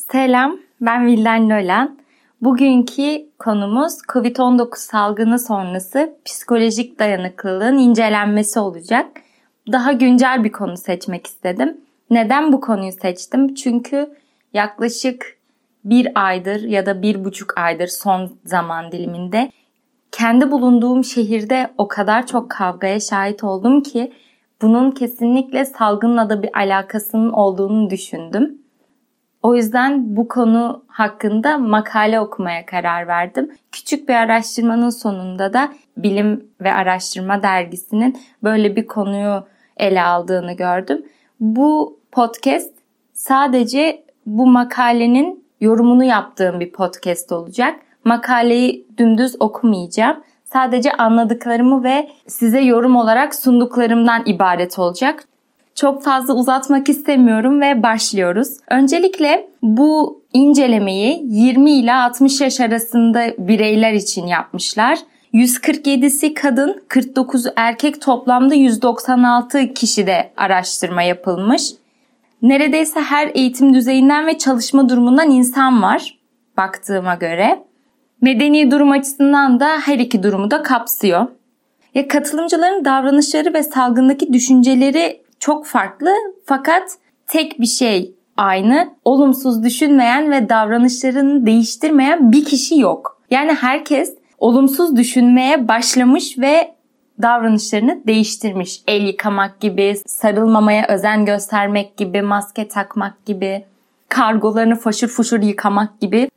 Selam, ben Vildan Lolan. Bugünkü konumuz COVID-19 salgını sonrası psikolojik dayanıklılığın incelenmesi olacak. Daha güncel bir konu seçmek istedim. Neden bu konuyu seçtim? Çünkü yaklaşık 1 aydır ya da 1,5 aydır son zaman diliminde kendi bulunduğum şehirde o kadar çok kavgaya şahit oldum ki bunun kesinlikle salgınla da bir alakasının olduğunu düşündüm. O yüzden bu konu hakkında makale okumaya karar verdim. Küçük bir araştırmanın sonunda da Bilim ve Araştırma Dergisi'nin böyle bir konuyu ele aldığını gördüm. Bu podcast sadece bu makalenin yorumunu yaptığım bir podcast olacak. Makaleyi dümdüz okumayacağım. Sadece anladıklarımı ve size yorum olarak sunduklarımdan ibaret olacak. Çok fazla uzatmak istemiyorum ve başlıyoruz. Öncelikle bu incelemeyi 20 ila 60 yaş arasında bireyler için yapmışlar. 147'si kadın, 49'u erkek, toplamda 196 kişide araştırma yapılmış. Neredeyse her eğitim düzeyinden ve çalışma durumundan insan var baktığıma göre. Medeni durum açısından da her iki durumu da kapsıyor. Katılımcıların davranışları ve salgındaki düşünceleri çok farklı, fakat tek bir şey aynı: olumsuz düşünmeyen ve davranışlarını değiştirmeyen bir kişi yok. Yani herkes olumsuz düşünmeye başlamış ve davranışlarını değiştirmiş. El yıkamak gibi, sarılmamaya özen göstermek gibi, maske takmak gibi, kargolarını foşur foşur yıkamak gibi.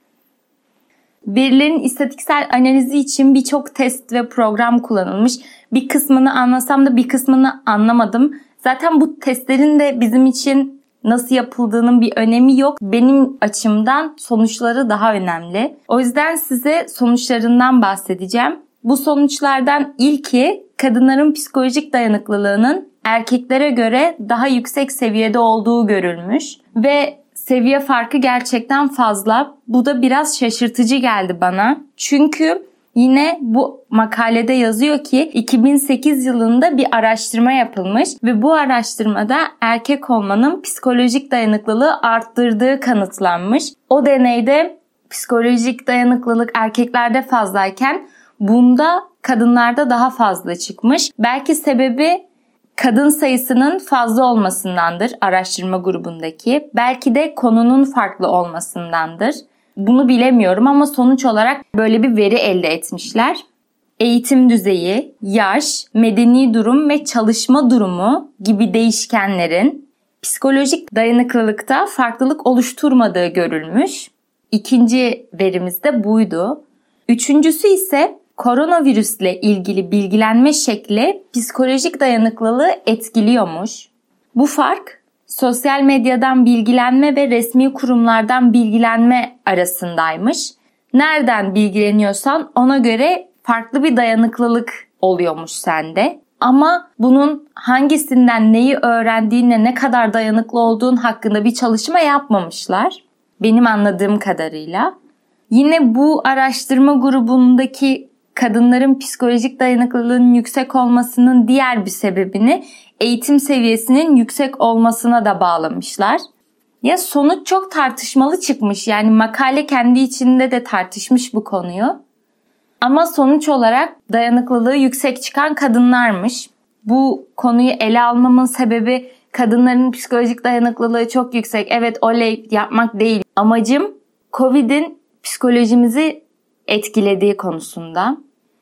Verilerin istatistiksel analizi için birçok test ve program kullanılmış. Bir kısmını anlasam da bir kısmını anlamadım. Zaten bu testlerin de bizim için nasıl yapıldığının bir önemi yok. Benim açımdan sonuçları daha önemli. O yüzden size sonuçlarından bahsedeceğim. Bu sonuçlardan ilki, kadınların psikolojik dayanıklılığının erkeklere göre daha yüksek seviyede olduğu görülmüş ve seviye farkı gerçekten fazla. Bu da biraz şaşırtıcı geldi bana. Çünkü yine bu makalede yazıyor ki 2008 yılında bir araştırma yapılmış ve bu araştırmada erkek olmanın psikolojik dayanıklılığı arttırdığı kanıtlanmış. O deneyde psikolojik dayanıklılık erkeklerde fazlayken bunda kadınlarda daha fazla çıkmış. Belki sebebi kadın sayısının fazla olmasındandır araştırma grubundaki. Belki de konunun farklı olmasındandır. Bunu bilemiyorum ama sonuç olarak böyle bir veri elde etmişler. Eğitim düzeyi, yaş, medeni durum ve çalışma durumu gibi değişkenlerin psikolojik dayanıklılıkta farklılık oluşturmadığı görülmüş. İkinci verimiz de buydu. Üçüncüsü ise koronavirüsle ilgili bilgilenme şekli psikolojik dayanıklılığı etkiliyormuş. Bu fark sosyal medyadan bilgilenme ve resmi kurumlardan bilgilenme arasındaymış. Nereden bilgileniyorsan ona göre farklı bir dayanıklılık oluyormuş sende. Ama bunun hangisinden neyi öğrendiğinle ne kadar dayanıklı olduğun hakkında bir çalışma yapmamışlar. Benim anladığım kadarıyla. Yine bu araştırma grubundaki kadınların psikolojik dayanıklılığının yüksek olmasının diğer bir sebebini eğitim seviyesinin yüksek olmasına da bağlamışlar. Ya sonuç çok tartışmalı çıkmış. Yani makale kendi içinde de tartışmış bu konuyu. Ama sonuç olarak dayanıklılığı yüksek çıkan kadınlarmış. Bu konuyu ele almamın sebebi kadınların psikolojik dayanıklılığı çok yüksek, evet oley yapmak değil. Amacım Covid'in psikolojimizi etkilediği konusunda.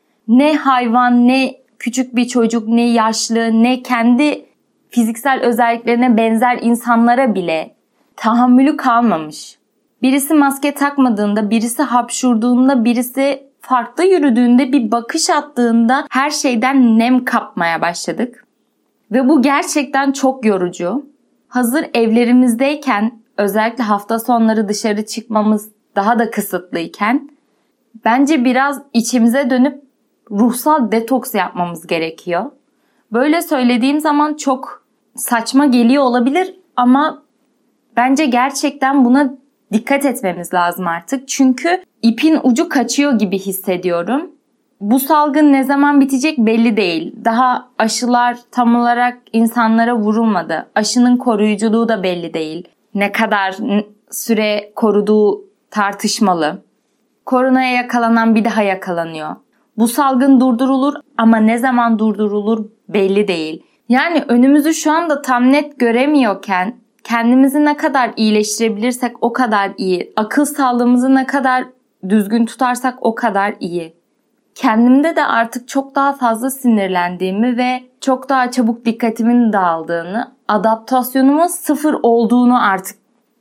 Ne hayvan, ne küçük bir çocuk, ne yaşlı, ne kendi fiziksel özelliklerine benzer insanlara bile tahammülü kalmamış. Birisi maske takmadığında, birisi hapşurduğunda, birisi farklı yürüdüğünde, bir bakış attığında her şeyden nem kapmaya başladık. Ve bu gerçekten çok yorucu. Hazır evlerimizdeyken, özellikle hafta sonları dışarı çıkmamız daha da kısıtlıyken bence biraz içimize dönüp ruhsal detoks yapmamız gerekiyor. Böyle söylediğim zaman çok saçma geliyor olabilir ama bence gerçekten buna dikkat etmemiz lazım artık. Çünkü ipin ucu kaçıyor gibi hissediyorum. Bu salgın ne zaman bitecek belli değil. Daha aşılar tam olarak insanlara vurulmadı. Aşının koruyuculuğu da belli değil. Ne kadar süre koruduğu tartışmalı. Koronaya yakalanan bir daha yakalanıyor. Bu salgın durdurulur ama ne zaman durdurulur belli değil. Yani önümüzü şu anda tam net göremiyorken kendimizi ne kadar iyileştirebilirsek o kadar iyi. Akıl sağlığımızı ne kadar düzgün tutarsak o kadar iyi. Kendimde de artık çok daha fazla sinirlendiğimi ve çok daha çabuk dikkatimin dağıldığını, adaptasyonumun sıfır olduğunu artık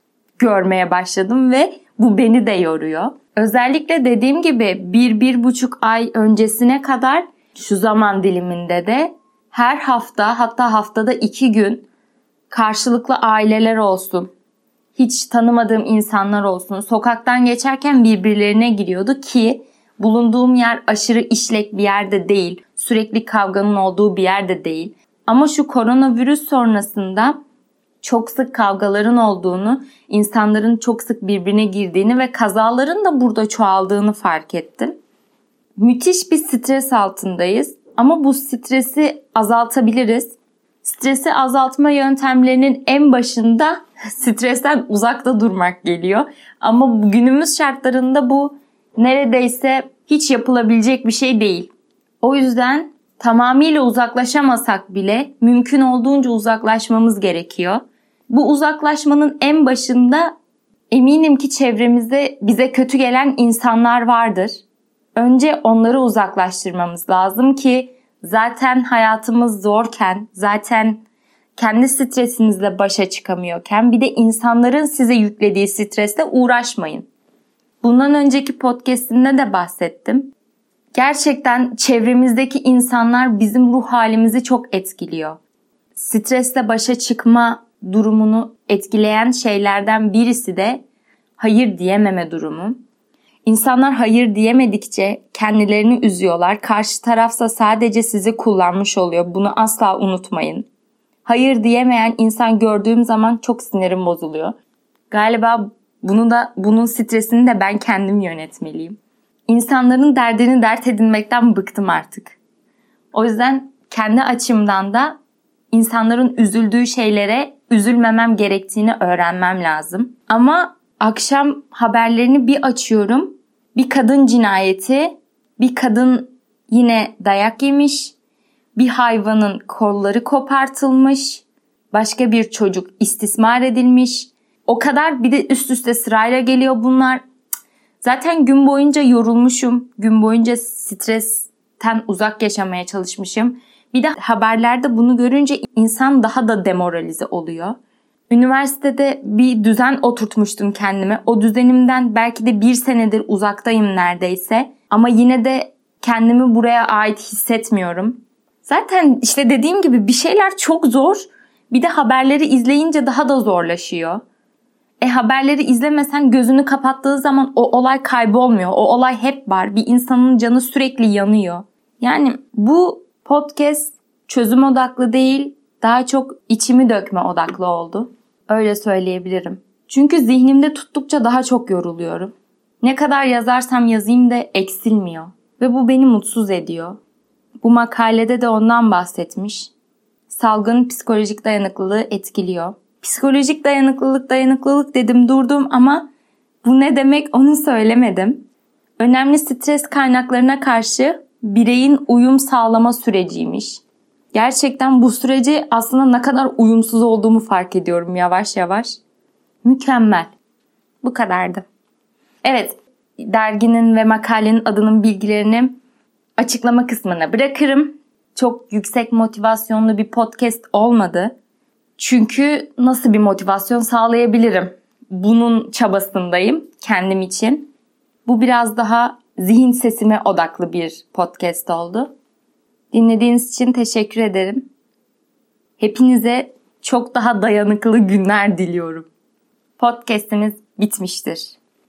görmeye başladım ve bu beni de yoruyor. Özellikle dediğim gibi 1-1,5 ay öncesine kadar şu zaman diliminde de her hafta, hatta haftada 2 gün karşılıklı aileler olsun, hiç tanımadığım insanlar olsun, sokaktan geçerken birbirlerine giriyordu ki bulunduğum yer aşırı işlek bir yerde değil, sürekli kavganın olduğu bir yerde değil. Ama şu koronavirüs sonrasında çok sık kavgaların olduğunu, insanların çok sık birbirine girdiğini ve kazaların da burada çoğaldığını fark ettim. Müthiş bir stres altındayız ama bu stresi azaltabiliriz. Stresi azaltma yöntemlerinin en başında stresten uzakta durmak geliyor. Ama günümüz şartlarında bu neredeyse hiç yapılabilecek bir şey değil. O yüzden tamamıyla uzaklaşamasak bile mümkün olduğunca uzaklaşmamız gerekiyor. Bu uzaklaşmanın en başında eminim ki çevremizde bize kötü gelen insanlar vardır. Önce onları uzaklaştırmamız lazım ki zaten hayatımız zorken, zaten kendi stresinizle başa çıkamıyorken bir de insanların size yüklediği stresle uğraşmayın. Bundan önceki podcast'imde de bahsettim. Gerçekten çevremizdeki insanlar bizim ruh halimizi çok etkiliyor. Stresle başa çıkma durumunu etkileyen şeylerden birisi de hayır diyememe durumu. İnsanlar hayır diyemedikçe kendilerini üzüyorlar. Karşı tarafsa sadece sizi kullanmış oluyor. Bunu asla unutmayın. Hayır diyemeyen insan gördüğüm zaman çok sinirim bozuluyor. Galiba bunun stresini de ben kendim yönetmeliyim. İnsanların derdini dert edinmekten bıktım artık. O yüzden kendi açımdan da insanların üzüldüğü şeylere üzülmemem gerektiğini öğrenmem lazım. Ama akşam haberlerini bir açıyorum. Bir kadın cinayeti, bir kadın yine dayak yemiş, bir hayvanın kolları kopartılmış, başka bir çocuk istismar edilmiş. O kadar bir de üst üste sırayla geliyor bunlar. Zaten gün boyunca yorulmuşum. Gün boyunca stresten uzak yaşamaya çalışmışım. Bir de haberlerde bunu görünce insan daha da demoralize oluyor. Üniversitede bir düzen oturtmuştum kendime. O düzenimden belki de 1 senedir uzaktayım neredeyse. Ama yine de kendimi buraya ait hissetmiyorum. Zaten işte dediğim gibi bir şeyler çok zor. Bir de haberleri izleyince daha da zorlaşıyor. Haberleri izlemesen gözünü kapattığı zaman o olay kaybolmuyor. O olay hep var. Bir insanın canı sürekli yanıyor. Yani bu podcast çözüm odaklı değil, daha çok içimi dökme odaklı oldu. Öyle söyleyebilirim. Çünkü zihnimde tuttukça daha çok yoruluyorum. Ne kadar yazarsam yazayım da eksilmiyor. Ve bu beni mutsuz ediyor. Bu makalede de ondan bahsetmiş. Salgın psikolojik dayanıklılığı etkiliyor. Psikolojik dayanıklılık dedim durdum ama bu ne demek onu söylemedim. Önemli stres kaynaklarına karşı bireyin uyum sağlama süreciymiş. Gerçekten bu süreci aslında ne kadar uyumsuz olduğumu fark ediyorum yavaş yavaş. Mükemmel. Bu kadardı. Evet, derginin ve makalenin adının bilgilerini açıklama kısmına bırakırım. Çok yüksek motivasyonlu bir podcast olmadı. Çünkü nasıl bir motivasyon sağlayabilirim? Bunun çabasındayım kendim için. Bu biraz daha zihin sesime odaklı bir podcast oldu. Dinlediğiniz için teşekkür ederim. Hepinize çok daha dayanıklı günler diliyorum. Podcast'imiz bitmiştir.